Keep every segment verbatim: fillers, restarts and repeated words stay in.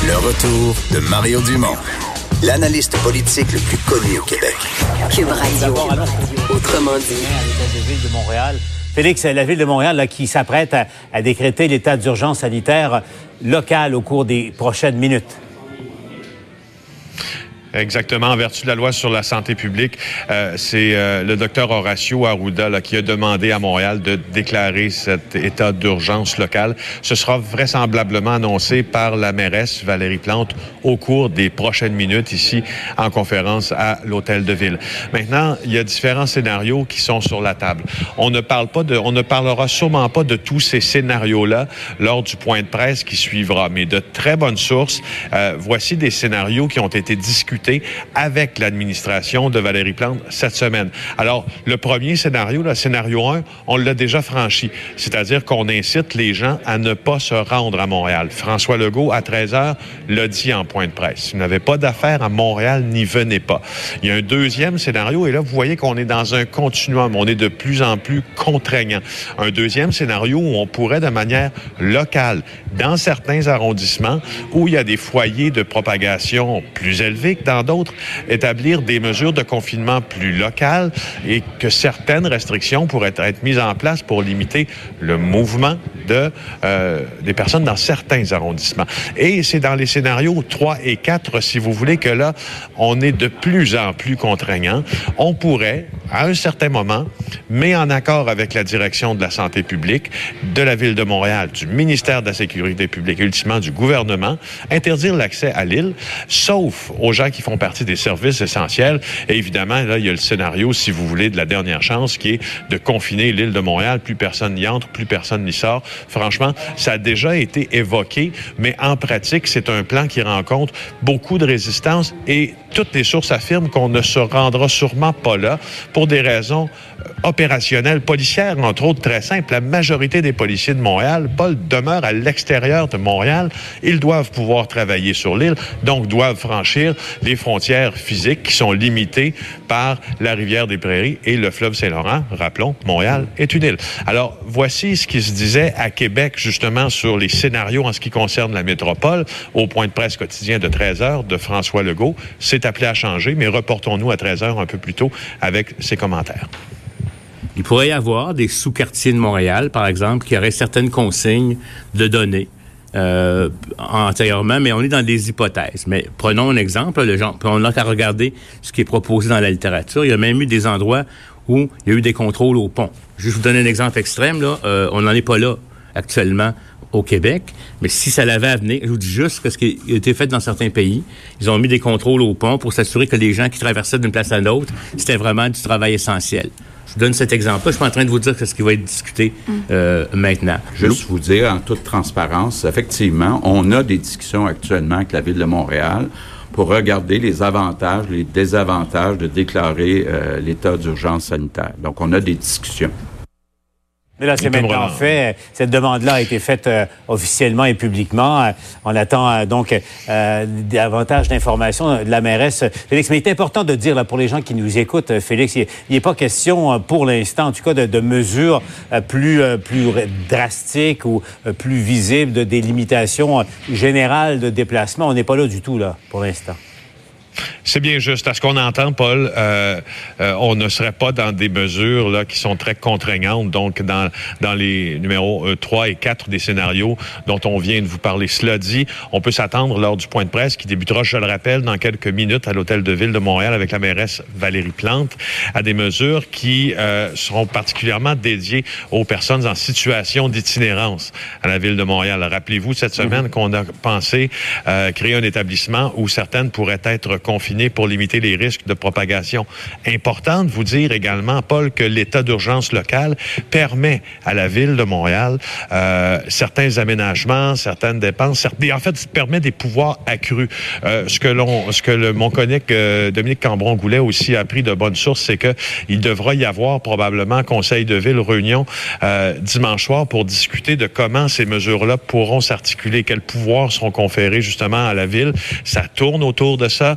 Le retour de Mario Dumont, l'analyste politique le plus connu au Québec. Cube Radio, autrement dit. La ville de Montréal. Félix, la ville de Montréal là, qui s'apprête à, à décréter l'état d'urgence sanitaire local au cours des prochaines minutes. Exactement, en vertu de la loi sur la santé publique, euh, c'est euh, le docteur Horacio Arruda là, qui a demandé à Montréal de déclarer cet état d'urgence local. Ce sera vraisemblablement annoncé par la mairesse Valérie Plante au cours des prochaines minutes ici en conférence à l'Hôtel de Ville. Maintenant, il y a différents scénarios qui sont sur la table. On ne parle pas de, on ne parlera sûrement pas de tous ces scénarios-là lors du point de presse qui suivra, mais de très bonnes sources. Euh, voici des scénarios qui ont été discutés avec l'administration de Valérie Plante cette semaine. Alors, le premier scénario, le scénario un, on l'a déjà franchi. C'est-à-dire qu'on incite les gens à ne pas se rendre à Montréal. François Legault, à treize heures, l'a dit en point de presse. Si vous n'avez pas d'affaires à Montréal, n'y venez pas. Il y a un deuxième scénario, et là, vous voyez qu'on est dans un continuum. On est de plus en plus contraignant. Un deuxième scénario où on pourrait, de manière locale, dans certains arrondissements, où il y a des foyers de propagation plus élevés que dans d'autres, établir des mesures de confinement plus locales et que certaines restrictions pourraient être mises en place pour limiter le mouvement de, euh, des personnes dans certains arrondissements. Et c'est dans les scénarios trois et quatre, si vous voulez, que là, on est de plus en plus contraignant. On pourrait, à un certain moment, mais en accord avec la direction de la santé publique, de la Ville de Montréal, du ministère de la Sécurité publique, ultimement du gouvernement, interdire l'accès à l'île, sauf aux gens qui font partie des services essentiels. Et évidemment, là, il y a le scénario, si vous voulez, de la dernière chance, qui est de confiner l'île de Montréal. Plus personne n'y entre, plus personne n'y sort. Franchement, ça a déjà été évoqué, mais en pratique, c'est un plan qui rencontre beaucoup de résistance et toutes les sources affirment qu'on ne se rendra sûrement pas là pour des raisons opérationnelles, policières, entre autres, très simples. La majorité des policiers de Montréal, Paul, demeurent à l'extérieur de Montréal. Ils doivent pouvoir travailler sur l'île, donc doivent franchir les frontières physiques qui sont limitées par la rivière des Prairies et le fleuve Saint-Laurent. Rappelons, Montréal est une île. Alors, voici ce qui se disait à Québec, justement, sur les scénarios en ce qui concerne la métropole, au point de presse quotidien de treize heures de François Legault. C'est appelé à changer, mais reportons-nous à treize heures un peu plus tôt avec ses commentaires. Il pourrait y avoir des sous-quartiers de Montréal, par exemple, qui auraient certaines consignes de données euh, antérieurement, mais on est dans des hypothèses. Mais prenons un exemple, le genre, on n'a qu'à regarder ce qui est proposé dans la littérature. Il y a même eu des endroits où il y a eu des contrôles au pont. Je vais vous donner un exemple extrême, là. Euh, on n'en est pas là actuellement au Québec, mais si ça l'avait à venir, je vous dis juste que ce qui a été fait dans certains pays, ils ont mis des contrôles au pont pour s'assurer que les gens qui traversaient d'une place à l'autre, c'était vraiment du travail essentiel. Je vous donne cet exemple-là. Je suis pas en train de vous dire que c'est ce qui va être discuté euh, maintenant. Juste vous dire en toute transparence, effectivement, on a des discussions actuellement avec la Ville de Montréal pour regarder les avantages, les désavantages de déclarer euh, l'état d'urgence sanitaire. Donc, on a des discussions. Mais là, c'est maintenant fait. Cette demande-là a été faite euh, officiellement et publiquement. Euh, on attend euh, donc euh, davantage d'informations de la mairesse. Félix, mais il est important de dire, là, pour les gens qui nous écoutent, euh, Félix, il n'est pas question, euh, pour l'instant, en tout cas, de, de mesures euh, plus, euh, plus drastiques ou euh, plus visibles, de des limitations euh, générales de déplacement. On n'est pas là du tout, là, pour l'instant. C'est bien juste. À ce qu'on entend, Paul, euh, euh, on ne serait pas dans des mesures là qui sont très contraignantes, donc dans dans les numéros euh, trois et quatre des scénarios dont on vient de vous parler. Cela dit, on peut s'attendre lors du point de presse qui débutera, je le rappelle, dans quelques minutes à l'Hôtel de Ville de Montréal avec la mairesse Valérie Plante, à des mesures qui euh, seront particulièrement dédiées aux personnes en situation d'itinérance à la Ville de Montréal. Rappelez-vous cette semaine mm-hmm. qu'on a pensé euh, créer un établissement où certaines pourraient être confinés pour limiter les risques de propagation. Important de vous dire également, Paul, que l'état d'urgence local permet à la Ville de Montréal euh, certains aménagements, certaines dépenses, certains, en fait, permet des pouvoirs accrus. Euh, ce que l'on, ce que le, mon collègue euh, Dominique Cambron-Goulet aussi a appris de bonnes sources, c'est que il devra y avoir probablement conseil de ville, réunion euh, dimanche soir pour discuter de comment ces mesures-là pourront s'articuler, quels pouvoirs seront conférés justement à la Ville. Ça tourne autour de ça. Alors,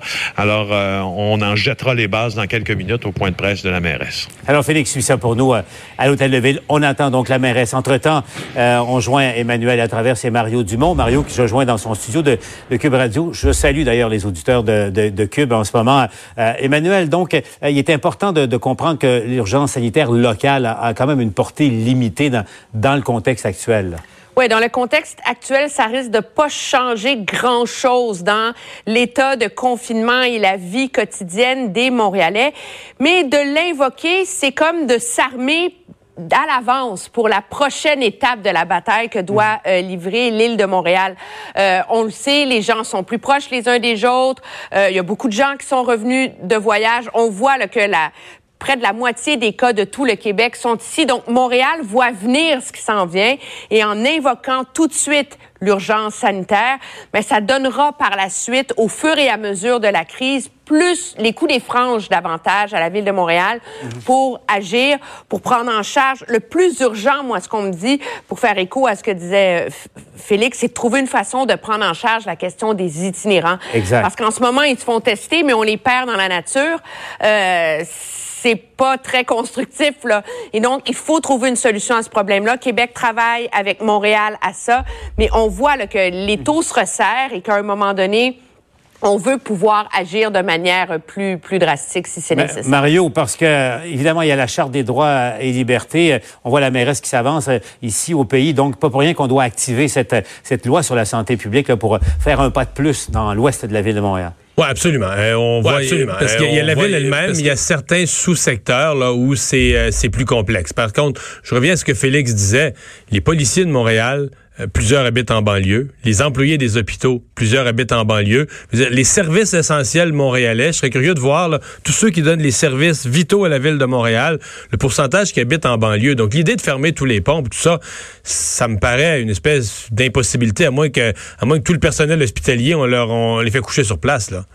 Alors, euh, on en jettera les bases dans quelques minutes au point de presse de la mairesse. Alors, Félix, suis ça pour nous euh, à l'Hôtel de Ville. On attend donc la mairesse. Entre-temps, euh, on joint Emmanuel à travers, c'est Mario Dumont. Mario qui se joint dans son studio de, de Cube Radio. Je salue d'ailleurs les auditeurs de, de, de Cube en ce moment. Euh, Emmanuel, donc, euh, il est important de, de comprendre que l'urgence sanitaire locale a, a quand même une portée limitée dans, dans le contexte actuel, là. Oui, dans le contexte actuel, ça risque de pas changer grand-chose dans l'état de confinement et la vie quotidienne des Montréalais. Mais de l'invoquer, c'est comme de s'armer à l'avance pour la prochaine étape de la bataille que doit euh, livrer l'île de Montréal. Euh, on le sait, les gens sont plus proches les uns des autres. Euh, il y a beaucoup de gens qui sont revenus de voyage. On voit là, que la près de la moitié des cas de tout le Québec sont ici. Donc, Montréal voit venir ce qui s'en vient et en invoquant tout de suite l'urgence sanitaire, mais ça donnera par la suite, au fur et à mesure de la crise, plus les coups des franges davantage à la Ville de Montréal pour agir, pour prendre en charge. Le plus urgent, moi, ce qu'on me dit, pour faire écho à ce que disait Félix, c'est de trouver une façon de prendre en charge la question des itinérants. Exact. Parce qu'en ce moment, ils se font tester, mais on les perd dans la nature. Euh, c'est pas très constructif, là. Et donc, il faut trouver une solution à ce problème-là. Québec travaille avec Montréal à ça, mais on voit là, que les taux se resserrent et qu'à un moment donné, on veut pouvoir agir de manière plus, plus drastique si c'est nécessaire. Mario, parce que, évidemment, il y a la Charte des droits et libertés. On voit la mairesse qui s'avance ici au pays. Donc, pas pour rien qu'on doit activer cette, cette loi sur la santé publique là, pour faire un pas de plus dans l'ouest de la Ville de Montréal. Oui, absolument. Euh, on ouais, voit, absolument. Parce qu'il y a, il y a la ville elle-même, que... il y a certains sous-secteurs là où c'est, euh, c'est plus complexe. Par contre, je reviens à ce que Félix disait. Les policiers de Montréal, euh, plusieurs habitent en banlieue. Les employés des hôpitaux, plusieurs habitent en banlieue. Les services essentiels montréalais, je serais curieux de voir là, tous ceux qui donnent les services vitaux à la ville de Montréal, le pourcentage qui habite en banlieue. Donc, l'idée de fermer tous les ponts, tout ça, ça me paraît une espèce d'impossibilité, à moins que, à moins que tout le personnel hospitalier, on leur, on les fait coucher sur place, là.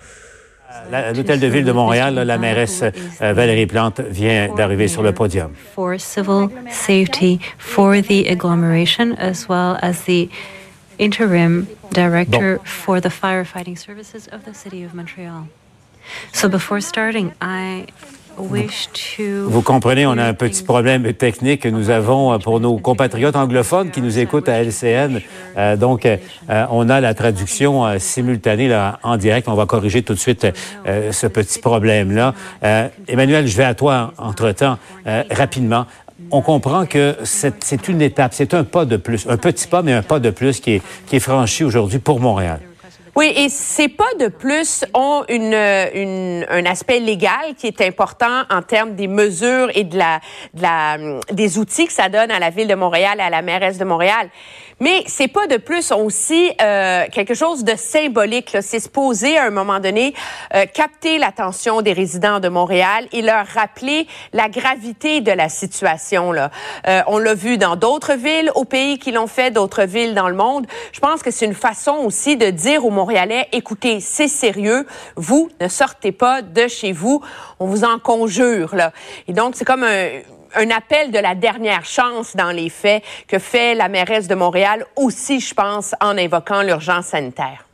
À l'Hôtel de Ville de Montréal, là, la mairesse euh, Valérie Plante vient d'arriver sur le podium. For civil safety, for the agglomeration, as well as the interim director bon. for the firefighting services of the City of Montreal. So before starting, I wish to... Vous comprenez, on a un petit problème technique que nous avons pour nos compatriotes anglophones qui nous écoutent à L C N. Euh, donc, euh, on a la traduction euh, simultanée là, en direct. On va corriger tout de suite euh, ce petit problème-là. Euh, Emmanuel, je vais à toi entre-temps, euh, rapidement. On comprend que c'est, c'est une étape, c'est un pas de plus, un petit pas, mais un pas de plus qui est, qui est franchi aujourd'hui pour Montréal. Oui, et ces pas de plus ont une, une, un aspect légal qui est important en termes des mesures et de la, de la, des outils que ça donne à la Ville de Montréal et à la mairesse de Montréal. Mais ces pas de plus ont aussi euh, quelque chose de symbolique, là. C'est supposé, à un moment donné, euh, capter l'attention des résidents de Montréal et leur rappeler la gravité de la situation, là. Euh, on l'a vu dans d'autres villes au pays qui l'ont fait, d'autres villes dans le monde. Je pense que c'est une façon aussi de dire aux Montréalais, écoutez, c'est sérieux, vous ne sortez pas de chez vous, on vous en conjure, là. Et donc, c'est comme un... un appel de la dernière chance dans les faits que fait la mairesse de Montréal aussi, je pense, en invoquant l'urgence sanitaire.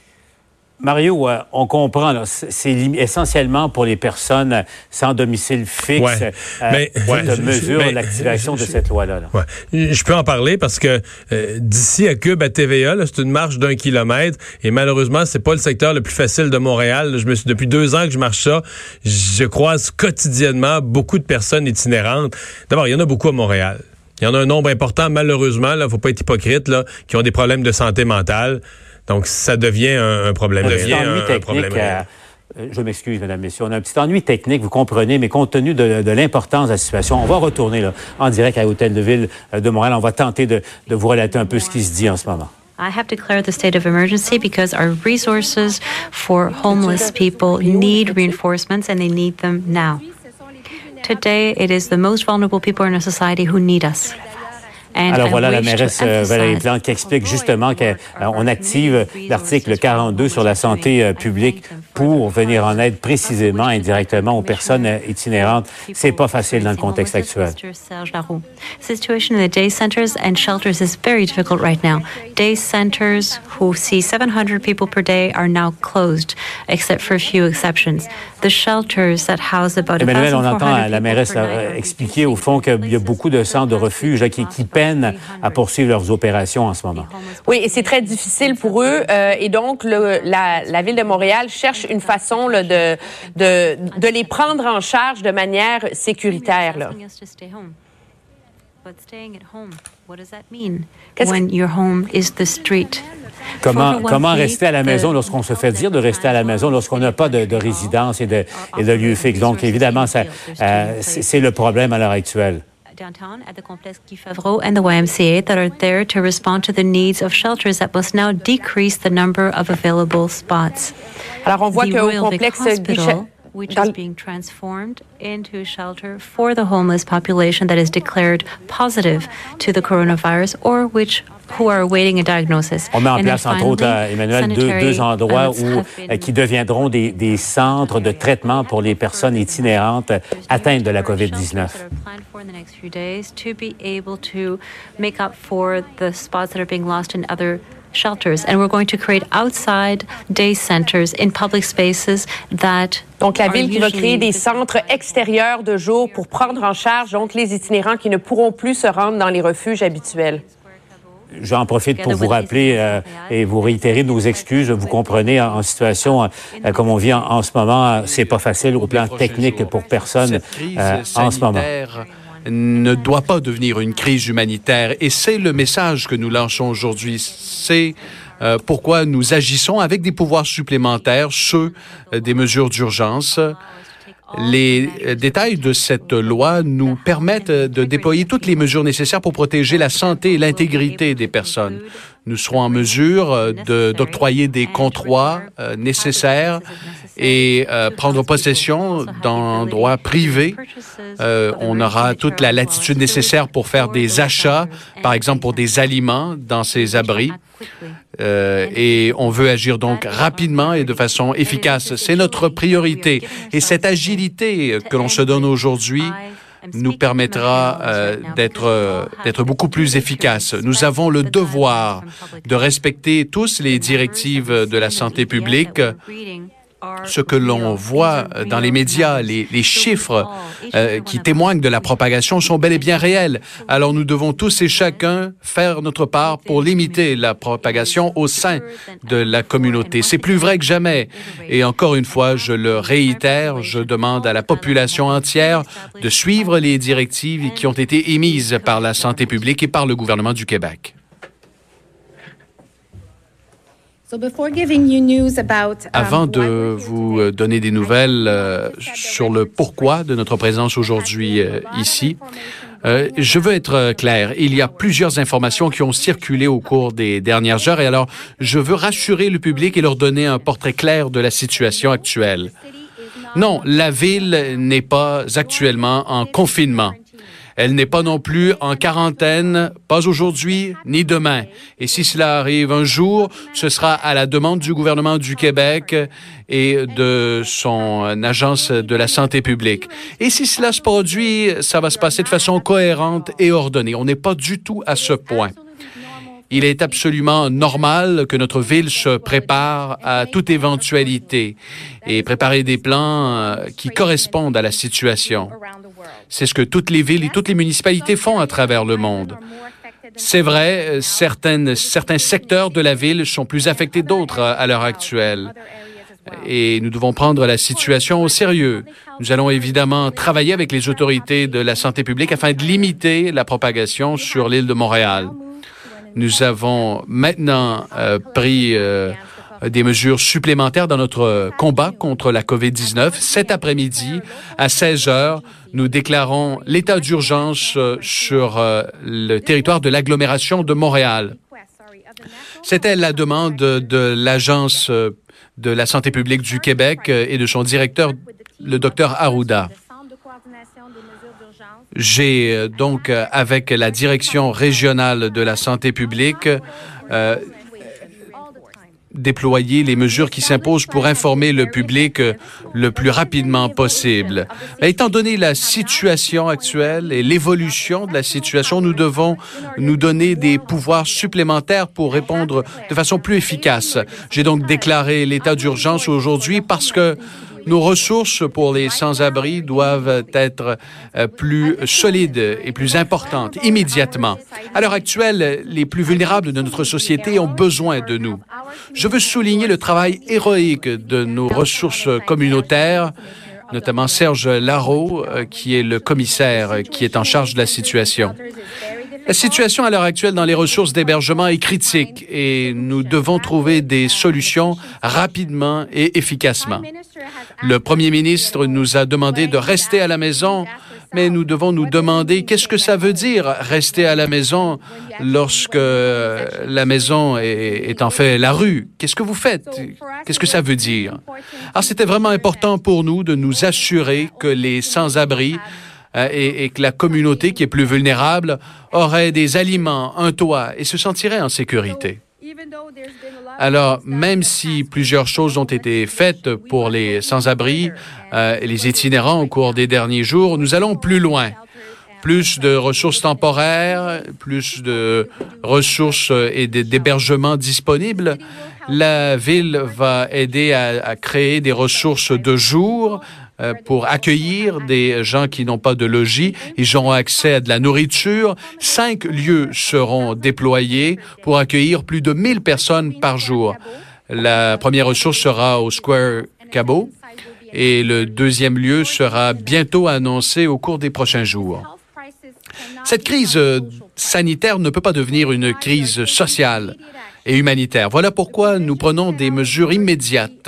Mario, euh, on comprend, là, c'est, c'est essentiellement pour les personnes sans domicile fixe ouais. euh, mais, ouais, de mesure mais, l'activation je, de cette loi-là. Là. Ouais. Je peux en parler parce que euh, d'ici à Cube, à T V A, là, c'est une marche d'un kilomètre et malheureusement, c'est pas le secteur le plus facile de Montréal. Je me suis, depuis deux ans que je marche ça, je croise quotidiennement beaucoup de personnes itinérantes. D'abord, il y en a beaucoup à Montréal. Il y en a un nombre important, malheureusement, là, faut pas être hypocrite, là, qui ont des problèmes de santé mentale. Donc, ça devient un, un problème. Un devient ennui un, technique, un problème. Euh, je m'excuse, mesdames, messieurs. On a un petit ennui technique, vous comprenez, mais compte tenu de, de l'importance de la situation, on va retourner là, en direct à l'Hôtel de Ville de Montréal. On va tenter de, de vous relater un peu ce qui se dit en ce moment. I have declared the state of emergency because our resources for homeless people need reinforcements and they need them now. Today, it is the most vulnerable people in our society who need us. Alors voilà la mairesse Valérie Plante qui explique justement qu'on active l'article quarante-deux sur la santé publique pour venir en aide précisément, indirectement aux personnes itinérantes. C'est pas facile dans le contexte actuel. Situation in the day centers and shelters is very difficult right now. Day centers who see seven hundred people per day are now closed, except for a few exceptions. The shelters that house about Emmanuel, on entend la mairesse expliquer au fond qu'il y a beaucoup de centres de refuge là, qui, qui peinent à poursuivre leurs opérations en ce moment. Oui, et c'est très difficile pour eux. Euh, et donc, le, la, la Ville de Montréal cherche une façon là, de, de, de les prendre en charge de manière sécuritaire. Là. But staying at home, what does that mean when your home is the street? Comment, comment rester à la maison lorsqu'on se fait dire de rester à la maison, lorsqu'on n'a pas de, de résidence et de, et de lieu fixe? Donc, évidemment, ça, euh, c'est le problème à l'heure actuelle. Downtown at the complex Guy Favreau and the Y M C A that are there to respond to the needs of shelters that must now decrease the number of available spots. Alors, on voit qu'au complexe Guy which is being transformed into a shelter for the homeless population that is declared positive to the coronavirus or which who are awaiting a diagnosis. On met en place, entre autres, Emmanuel, deux, deux endroits où, euh, qui deviendront des, des centres de traitement pour les personnes itinérantes atteintes de la COVID dix-neuf. Shelters, and we're going to create outside day centers in public spaces that. Donc la ville qui va créer des centres extérieurs de jour pour prendre en charge donc les itinérants qui ne pourront plus se rendre dans les refuges habituels. J'en profite pour vous rappeler euh, et vous réitérer nos excuses. Vous comprenez, en, en situation euh, comme on vit en, en ce moment, c'est pas facile au plan technique pour personne euh, en ce moment. Ne doit pas devenir une crise humanitaire. Et c'est le message que nous lançons aujourd'hui. C'est euh, pourquoi nous agissons avec des pouvoirs supplémentaires, ceux euh, des mesures d'urgence. Les euh, détails de cette loi nous permettent de déployer toutes les mesures nécessaires pour protéger la santé et l'intégrité des personnes. Nous serons en mesure de, d'octroyer des contrats euh, nécessaires et euh, prendre possession d'endroits privés. Euh, on aura toute la latitude nécessaire pour faire des achats, par exemple pour des aliments dans ces abris. Euh, et on veut agir donc rapidement et de façon efficace. C'est notre priorité. Et cette agilité que l'on se donne aujourd'hui nous permettra euh, d'être euh, d'être beaucoup plus efficaces. Nous avons le devoir de respecter tous les directives de la santé publique. Ce que l'on voit dans les médias, les, les chiffres euh, qui témoignent de la propagation sont bel et bien réels. Alors nous devons tous et chacun faire notre part pour limiter la propagation au sein de la communauté. C'est plus vrai que jamais. Et encore une fois, je le réitère, je demande à la population entière de suivre les directives qui ont été émises par la santé publique et par le gouvernement du Québec. Avant de vous donner des nouvelles euh, sur le pourquoi de notre présence aujourd'hui euh, ici, euh, je veux être clair. Il y a plusieurs informations qui ont circulé au cours des dernières heures et alors je veux rassurer le public et leur donner un portrait clair de la situation actuelle. Non, la ville n'est pas actuellement en confinement. Elle n'est pas non plus en quarantaine, pas aujourd'hui ni demain. Et si cela arrive un jour, ce sera à la demande du gouvernement du Québec et de son agence de la santé publique. Et si cela se produit, ça va se passer de façon cohérente et ordonnée. On n'est pas du tout à ce point. Il est absolument normal que notre ville se prépare à toute éventualité et préparer des plans qui correspondent à la situation. C'est ce que toutes les villes et toutes les municipalités font à travers le monde. C'est vrai, certaines, certains secteurs de la ville sont plus affectés que d'autres à l'heure actuelle. Et nous devons prendre la situation au sérieux. Nous allons évidemment travailler avec les autorités de la santé publique afin de limiter la propagation sur l'île de Montréal. Nous avons maintenant euh, pris euh, des mesures supplémentaires dans notre combat contre la COVID dix-neuf. Cet après-midi, à seize heures, nous déclarons l'état d'urgence euh, sur euh, le territoire de l'agglomération de Montréal. C'était la demande de l'Agence de la santé publique du Québec et de son directeur, le docteur Arruda. J'ai euh, donc, euh, avec la direction régionale de la santé publique, euh, déployer les mesures qui s'imposent pour informer le public euh, le plus rapidement possible. Mais étant donné la situation actuelle et l'évolution de la situation, nous devons nous donner des pouvoirs supplémentaires pour répondre de façon plus efficace. J'ai donc déclaré l'état d'urgence aujourd'hui parce que nos ressources pour les sans-abri doivent être euh, plus solides et plus importantes immédiatement. À l'heure actuelle, les plus vulnérables de notre société ont besoin de nous. Je veux souligner le travail héroïque de nos ressources communautaires, notamment Serge Larreau, euh, qui est le commissaire euh, qui est en charge de la situation. La situation à l'heure actuelle dans les ressources d'hébergement est critique et nous devons trouver des solutions rapidement et efficacement. Le premier ministre nous a demandé de rester à la maison, mais nous devons nous demander qu'est-ce que ça veut dire rester à la maison lorsque la maison est, est en fait la rue. Qu'est-ce que vous faites? Qu'est-ce que ça veut dire? Alors, c'était vraiment important pour nous de nous assurer que les sans-abri euh, et, et que la communauté qui est plus vulnérable aurait des aliments, un toit et se sentirait en sécurité. Alors, même si plusieurs choses ont été faites pour les sans-abri euh, et les itinérants au cours des derniers jours, nous allons plus loin. Plus de ressources temporaires, plus de ressources et d'hébergements disponibles. La Ville va aider à, à créer des ressources de jour euh, pour accueillir des gens qui n'ont pas de logis. Ils auront accès à de la nourriture. Cinq lieux seront déployés pour accueillir plus de mille personnes par jour. La première ressource sera au Square Cabot et le deuxième lieu sera bientôt annoncé au cours des prochains jours. Cette crise sanitaire ne peut pas devenir une crise sociale et humanitaire. Voilà pourquoi nous prenons des mesures immédiates.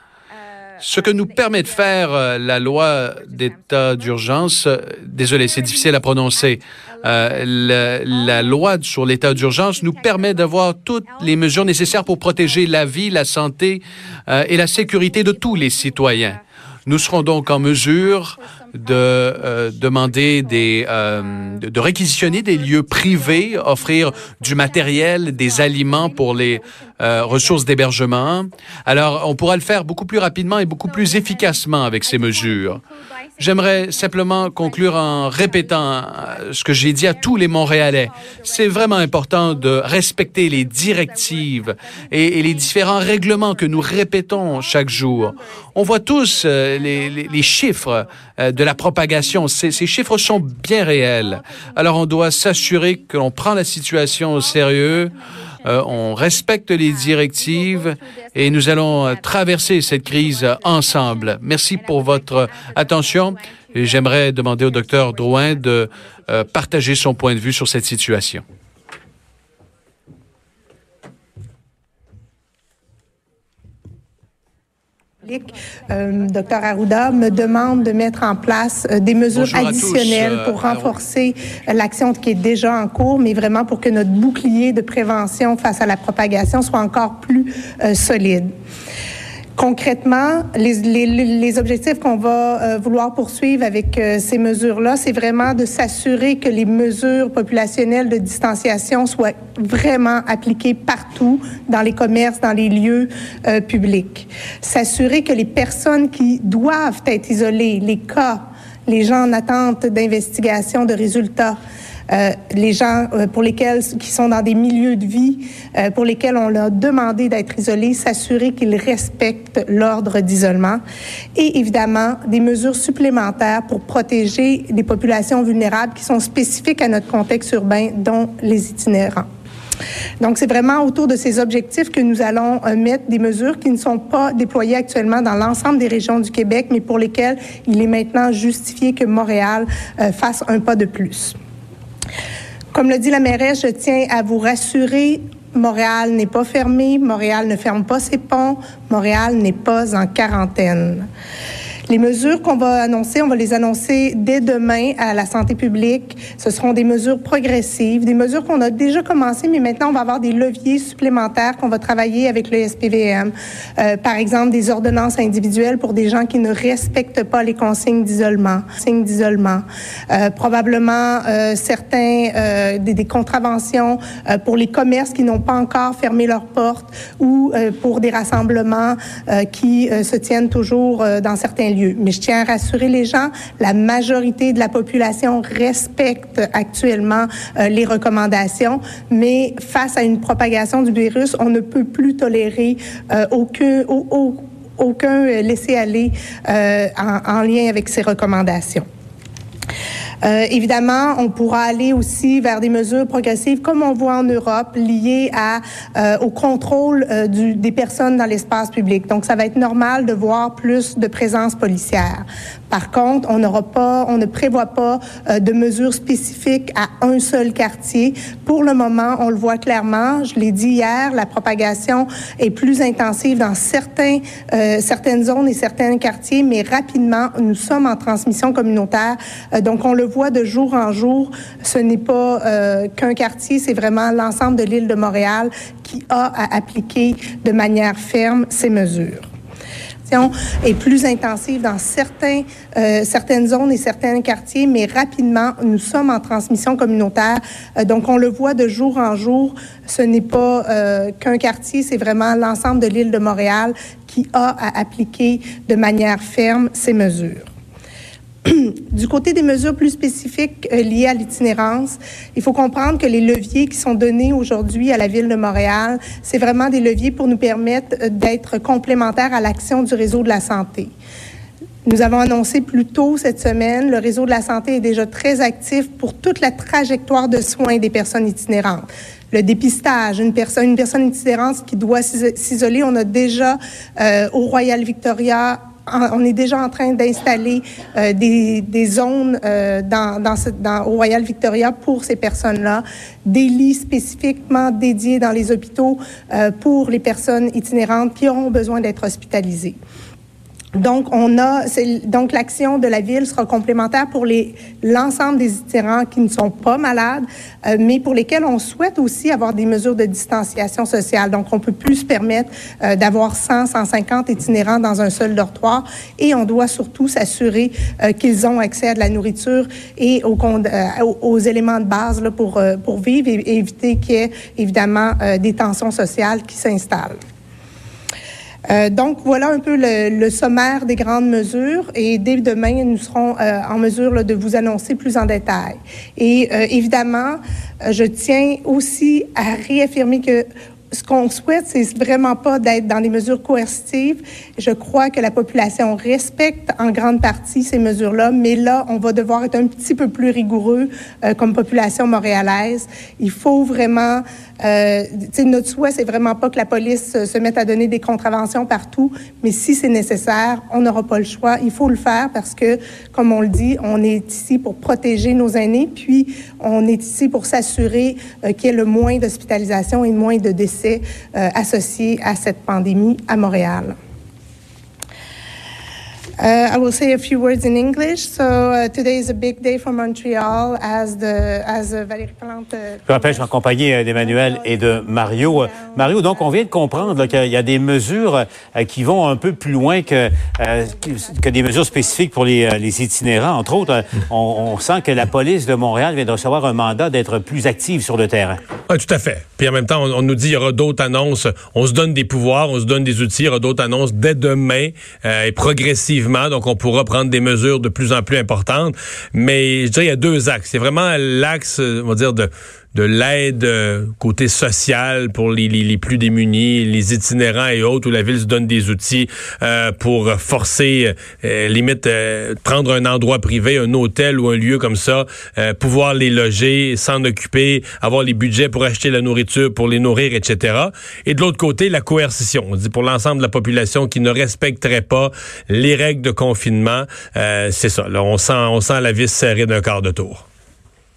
Ce que nous permet de faire la loi d'état d'urgence, désolé, c'est difficile à prononcer, euh, la, la loi sur l'état d'urgence nous permet d'avoir toutes les mesures nécessaires pour protéger la vie, la santé euh, et la sécurité de tous les citoyens. Nous serons donc en mesure de euh, demander des, euh, de réquisitionner des lieux privés, offrir du matériel, des aliments pour les euh, ressources d'hébergement. Alors, on pourra le faire beaucoup plus rapidement et beaucoup plus efficacement avec ces mesures. J'aimerais simplement conclure en répétant ce que j'ai dit à tous les Montréalais. C'est vraiment important de respecter les directives et, et les différents règlements que nous répétons chaque jour. On voit tous euh, les, les, les chiffres euh, de la propagation. Ces, ces chiffres sont bien réels. Alors, on doit s'assurer que l'on prend la situation au sérieux. Euh, on respecte les directives et nous allons traverser cette crise ensemble. Merci pour votre attention. Et j'aimerais demander au docteur Drouin de euh, partager son point de vue sur cette situation. Euh, docteur Arruda me demande de mettre en place euh, des mesures Bonjour additionnelles à tous, euh, pour renforcer euh, l'action qui est déjà en cours, mais vraiment pour que notre bouclier de prévention face à la propagation soit encore plus euh, solide. Concrètement, les, les, les objectifs qu'on va euh, vouloir poursuivre avec euh, ces mesures-là, c'est vraiment de s'assurer que les mesures populationnelles de distanciation soient vraiment appliquées partout, dans les commerces, dans les lieux euh, publics. S'assurer que les personnes qui doivent être isolées, les cas, les gens en attente d'investigation, de résultats, Euh, les gens euh, pour lesquels qui sont dans des milieux de vie euh, pour lesquels on leur a demandé d'être isolés, s'assurer qu'ils respectent l'ordre d'isolement et évidemment des mesures supplémentaires pour protéger les populations vulnérables qui sont spécifiques à notre contexte urbain, dont les itinérants. Donc, c'est vraiment autour de ces objectifs que nous allons euh, mettre des mesures qui ne sont pas déployées actuellement dans l'ensemble des régions du Québec, mais pour lesquelles il est maintenant justifié que Montréal euh, fasse un pas de plus. Comme le dit la mairesse, je tiens à vous rassurer, Montréal n'est pas fermé, Montréal ne ferme pas ses ponts, Montréal n'est pas en quarantaine. Les mesures qu'on va annoncer, on va les annoncer dès demain à la santé publique. Ce seront des mesures progressives, des mesures qu'on a déjà commencées, mais maintenant, on va avoir des leviers supplémentaires qu'on va travailler avec le S P V M. Euh, par exemple, des ordonnances individuelles pour des gens qui ne respectent pas les consignes d'isolement. Consignes d'isolement. Euh, probablement euh, certains, euh, des, des contraventions euh, pour les commerces qui n'ont pas encore fermé leurs portes ou euh, pour des rassemblements euh, qui euh, se tiennent toujours euh, dans certains lieux. Mais je tiens à rassurer les gens, la majorité de la population respecte actuellement euh, les recommandations, mais face à une propagation du virus, on ne peut plus tolérer euh, aucun, au, au, aucun laisser-aller euh, en, en lien avec ces recommandations. Euh, évidemment, on pourra aller aussi vers des mesures progressives, comme on voit en Europe, liées à euh, au contrôle euh, du, des personnes dans l'espace public. Donc, ça va être normal de voir plus de présence policière. Par contre, on n'aura pas, on ne prévoit pas euh, de mesures spécifiques à un seul quartier. Pour le moment, on le voit clairement. Je l'ai dit hier, la propagation est plus intensive dans certains, euh, certaines zones et certains quartiers, mais rapidement, nous sommes en transmission communautaire. Euh, donc, on le voit de jour en jour. Ce n'est pas euh, qu'un quartier, c'est vraiment l'ensemble de l'île de Montréal qui a à appliquer de manière ferme ces mesures. Est plus intensive dans certains, euh, certaines zones et certains quartiers, mais rapidement, nous sommes en transmission communautaire. Euh, donc, on le voit de jour en jour. Ce n'est pas euh, qu'un quartier, c'est vraiment l'ensemble de l'île de Montréal qui a à appliquer de manière ferme ces mesures. Du côté des mesures plus spécifiques euh, liées à l'itinérance, il faut comprendre que les leviers qui sont donnés aujourd'hui à la Ville de Montréal, c'est vraiment des leviers pour nous permettre euh, d'être complémentaires à l'action du réseau de la santé. Nous avons annoncé plus tôt cette semaine, le réseau de la santé est déjà très actif pour toute la trajectoire de soins des personnes itinérantes. Le dépistage, une personne, une personne itinérante qui doit s'isoler, on a déjà euh, au Royal Victoria, on est déjà en train d'installer euh, des, des zones euh, dans, dans, ce, dans au Royal Victoria pour ces personnes-là, des lits spécifiquement dédiés dans les hôpitaux euh, pour les personnes itinérantes qui auront besoin d'être hospitalisées. Donc, on a, c'est, donc l'action de la Ville sera complémentaire pour les, l'ensemble des itinérants qui ne sont pas malades, euh, mais pour lesquels on souhaite aussi avoir des mesures de distanciation sociale. Donc, on peut plus se permettre euh, d'avoir cent, cent cinquante itinérants dans un seul dortoir et on doit surtout s'assurer euh, qu'ils ont accès à de la nourriture et aux, euh, aux, aux éléments de base là, pour, euh, pour vivre et, et éviter qu'il y ait évidemment euh, des tensions sociales qui s'installent. Euh, donc, voilà un peu le, le sommaire des grandes mesures et dès demain, nous serons euh, en mesure là, de vous annoncer plus en détail. Et euh, évidemment, euh, je tiens aussi à réaffirmer que ce qu'on souhaite, c'est vraiment pas d'être dans les mesures coercitives. Je crois que la population respecte en grande partie ces mesures-là, mais là, on va devoir être un petit peu plus rigoureux euh, comme population montréalaise. Il faut vraiment, euh, tu sais, notre souhait, c'est vraiment pas que la police euh, se mette à donner des contraventions partout, mais si c'est nécessaire, on n'aura pas le choix. Il faut le faire parce que, comme on le dit, on est ici pour protéger nos aînés, puis on est ici pour s'assurer euh, qu'il y ait le moins d'hospitalisation et le moins de décès Euh, associés à cette pandémie à Montréal. Uh, I will say a few words in English. So uh, today is a big day for Montreal, as the as Valérie Plante. Uh, Je rappelle, je suis en compagnie d'Emmanuel et de Mario. Mario, donc on vient de comprendre là, qu'il y a des mesures euh, qui vont un peu plus loin que euh, que des mesures spécifiques pour les, les itinérants. Entre autres, on, on sent que la police de Montréal vient de recevoir un mandat d'être plus active sur le terrain. Ah, tout à fait. Puis en même temps, on, on nous dit qu'il y aura d'autres annonces. On se donne des pouvoirs, on se donne des outils. Il y aura d'autres annonces dès demain euh, et progressivement. Donc, on pourra prendre des mesures de plus en plus importantes. Mais je dirais qu'il y a deux axes. C'est vraiment l'axe, on va dire, de... de l'aide euh, côté social pour les, les, les plus démunis, les itinérants et autres, où la Ville se donne des outils euh, pour forcer, euh, limite, euh, prendre un endroit privé, un hôtel ou un lieu comme ça, euh, pouvoir les loger, s'en occuper, avoir les budgets pour acheter la nourriture, pour les nourrir, et cetera. Et de l'autre côté, la coercition. On dit pour l'ensemble de la population qui ne respecterait pas les règles de confinement, euh, c'est ça. Là, on sent, on sent la vis serrée d'un quart de tour.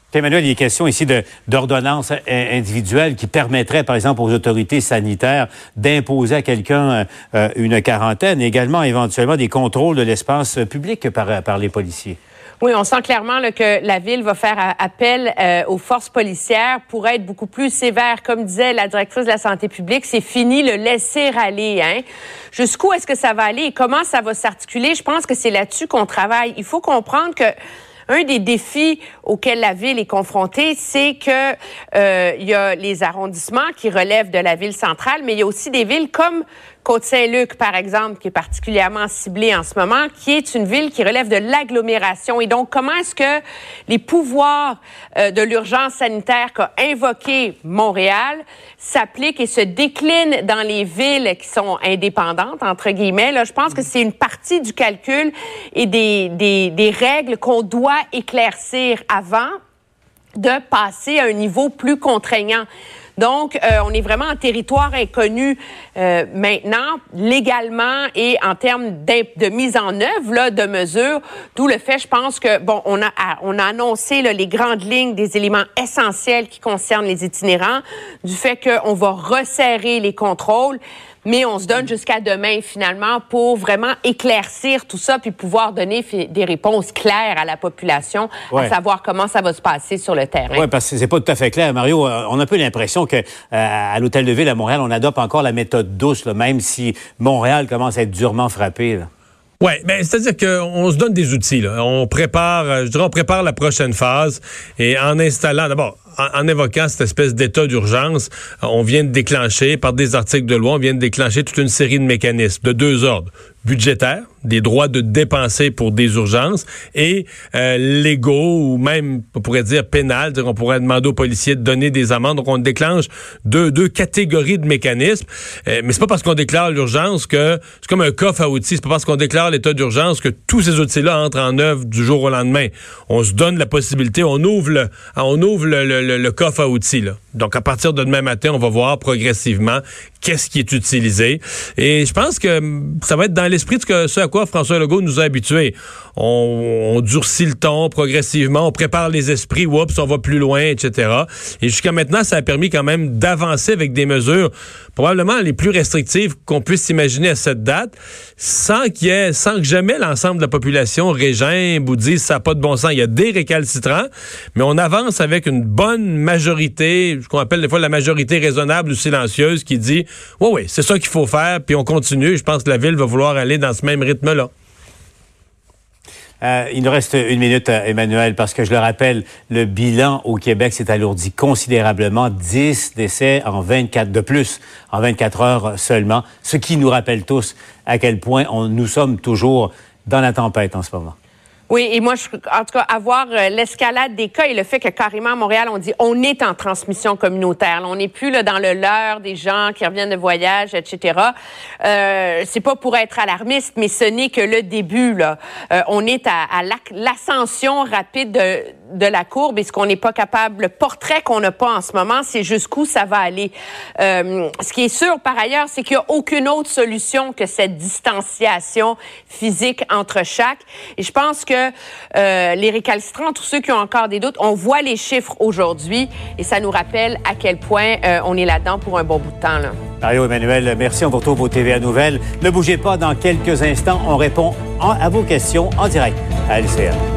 Emmanuel, il est question ici de, d'ordonnances individuelles qui permettraient, par exemple, aux autorités sanitaires d'imposer à quelqu'un euh, une quarantaine, et également éventuellement des contrôles de l'espace public par, par les policiers. Oui, on sent clairement là, que la Ville va faire appel euh, aux forces policières pour être beaucoup plus sévère. Comme disait la directrice de la santé publique, c'est fini le laisser-aller. Hein? Jusqu'où est-ce que ça va aller et comment ça va s'articuler? Je pense que c'est là-dessus qu'on travaille. Il faut comprendre que un des défis auxquels la Ville est confrontée, c'est que euh, il y a les arrondissements qui relèvent de la ville centrale, mais il y a aussi des villes comme Côte-Saint-Luc, par exemple, qui est particulièrement ciblée en ce moment, qui est une ville qui relève de l'agglomération. Et donc, comment est-ce que les pouvoirs euh, de l'urgence sanitaire qu'a invoqué Montréal s'appliquent et se déclinent dans les villes qui sont indépendantes, entre guillemets? Là, je pense que c'est une partie du calcul et des, des, des règles qu'on doit éclaircir avant de passer à un niveau plus contraignant. Donc, euh, on est vraiment en territoire inconnu euh, maintenant, légalement et en termes de mise en œuvre là, de mesures. D'où le fait, je pense que bon, on a on a annoncé là, les grandes lignes des éléments essentiels qui concernent les itinérants, du fait qu'on va resserrer les contrôles. Mais on se donne jusqu'à demain, finalement, pour vraiment éclaircir tout ça puis pouvoir donner des réponses claires à la population, ouais. à savoir comment ça va se passer sur le terrain. Oui, parce que c'est pas tout à fait clair, Mario. On a un peu l'impression que euh, à l'Hôtel de Ville à Montréal, on adopte encore la méthode douce, là, même si Montréal commence à être durement frappé. Oui, ben c'est-à-dire qu'on se donne des outils. Là. On prépare, je dirais, on prépare la prochaine phase et en installant, d'abord, en, en évoquant cette espèce d'état d'urgence, on vient de déclencher, par des articles de loi, on vient de déclencher toute une série de mécanismes de deux ordres. Budgétaires, des droits de dépenser pour des urgences, et euh, légaux ou même, on pourrait dire, pénal, on pourrait demander aux policiers de donner des amendes. Donc, on déclenche deux, deux catégories de mécanismes. Euh, mais c'est pas parce qu'on déclare l'urgence que c'est comme un coffre à outils. C'est pas parce qu'on déclare l'état d'urgence que tous ces outils-là entrent en œuvre du jour au lendemain. On se donne la possibilité, on ouvre le, on ouvre le, le, le, le coffre à outils, là. Donc, à partir de demain matin, on va voir progressivement qu'est-ce qui est utilisé. Et je pense que ça va être dans l'esprit de ce à quoi François Legault nous a habitués. On, on durcit le ton progressivement, on prépare les esprits, oups, on va plus loin, et cetera. Et jusqu'à maintenant, ça a permis quand même d'avancer avec des mesures probablement les plus restrictives qu'on puisse imaginer à cette date, sans qu'il y ait, sans que jamais l'ensemble de la population régimbe ou dise ça n'a pas de bon sens. Il y a des récalcitrants, mais on avance avec une bonne majorité, ce qu'on appelle des fois la majorité raisonnable ou silencieuse, qui dit oui, oui, c'est ça qu'il faut faire, puis on continue. Je pense que la Ville va vouloir aller dans ce même rythme-là. Euh, il nous reste une minute, Emmanuel, parce que je le rappelle, le bilan au Québec s'est alourdi considérablement. dix décès en vingt-quatre de plus, en vingt-quatre heures seulement, ce qui nous rappelle tous à quel point on, nous sommes toujours dans la tempête en ce moment. Oui, et moi, je, en tout cas, avoir euh, l'escalade des cas et le fait que carrément à Montréal, on dit on est en transmission communautaire. Là, on n'est plus là dans le leurre des gens qui reviennent de voyage, et cetera. Euh, c'est pas pour être alarmiste, mais ce n'est que le début. Là, euh, on est à, à l'ascension rapide de, de la courbe et ce qu'on n'est pas capable, le portrait qu'on n'a pas en ce moment, c'est jusqu'où ça va aller. Euh, ce qui est sûr, par ailleurs, c'est qu'il n'y a aucune autre solution que cette distanciation physique entre chaque. Et je pense que Euh, les récalcitrants, tous ceux qui ont encore des doutes, on voit les chiffres aujourd'hui et ça nous rappelle à quel point euh, on est là-dedans pour un bon bout de temps. Là. Mario, Emmanuel, merci. On vous retrouve au T V A Nouvelles. Ne bougez pas, dans quelques instants, on répond en, à vos questions en direct à L C N.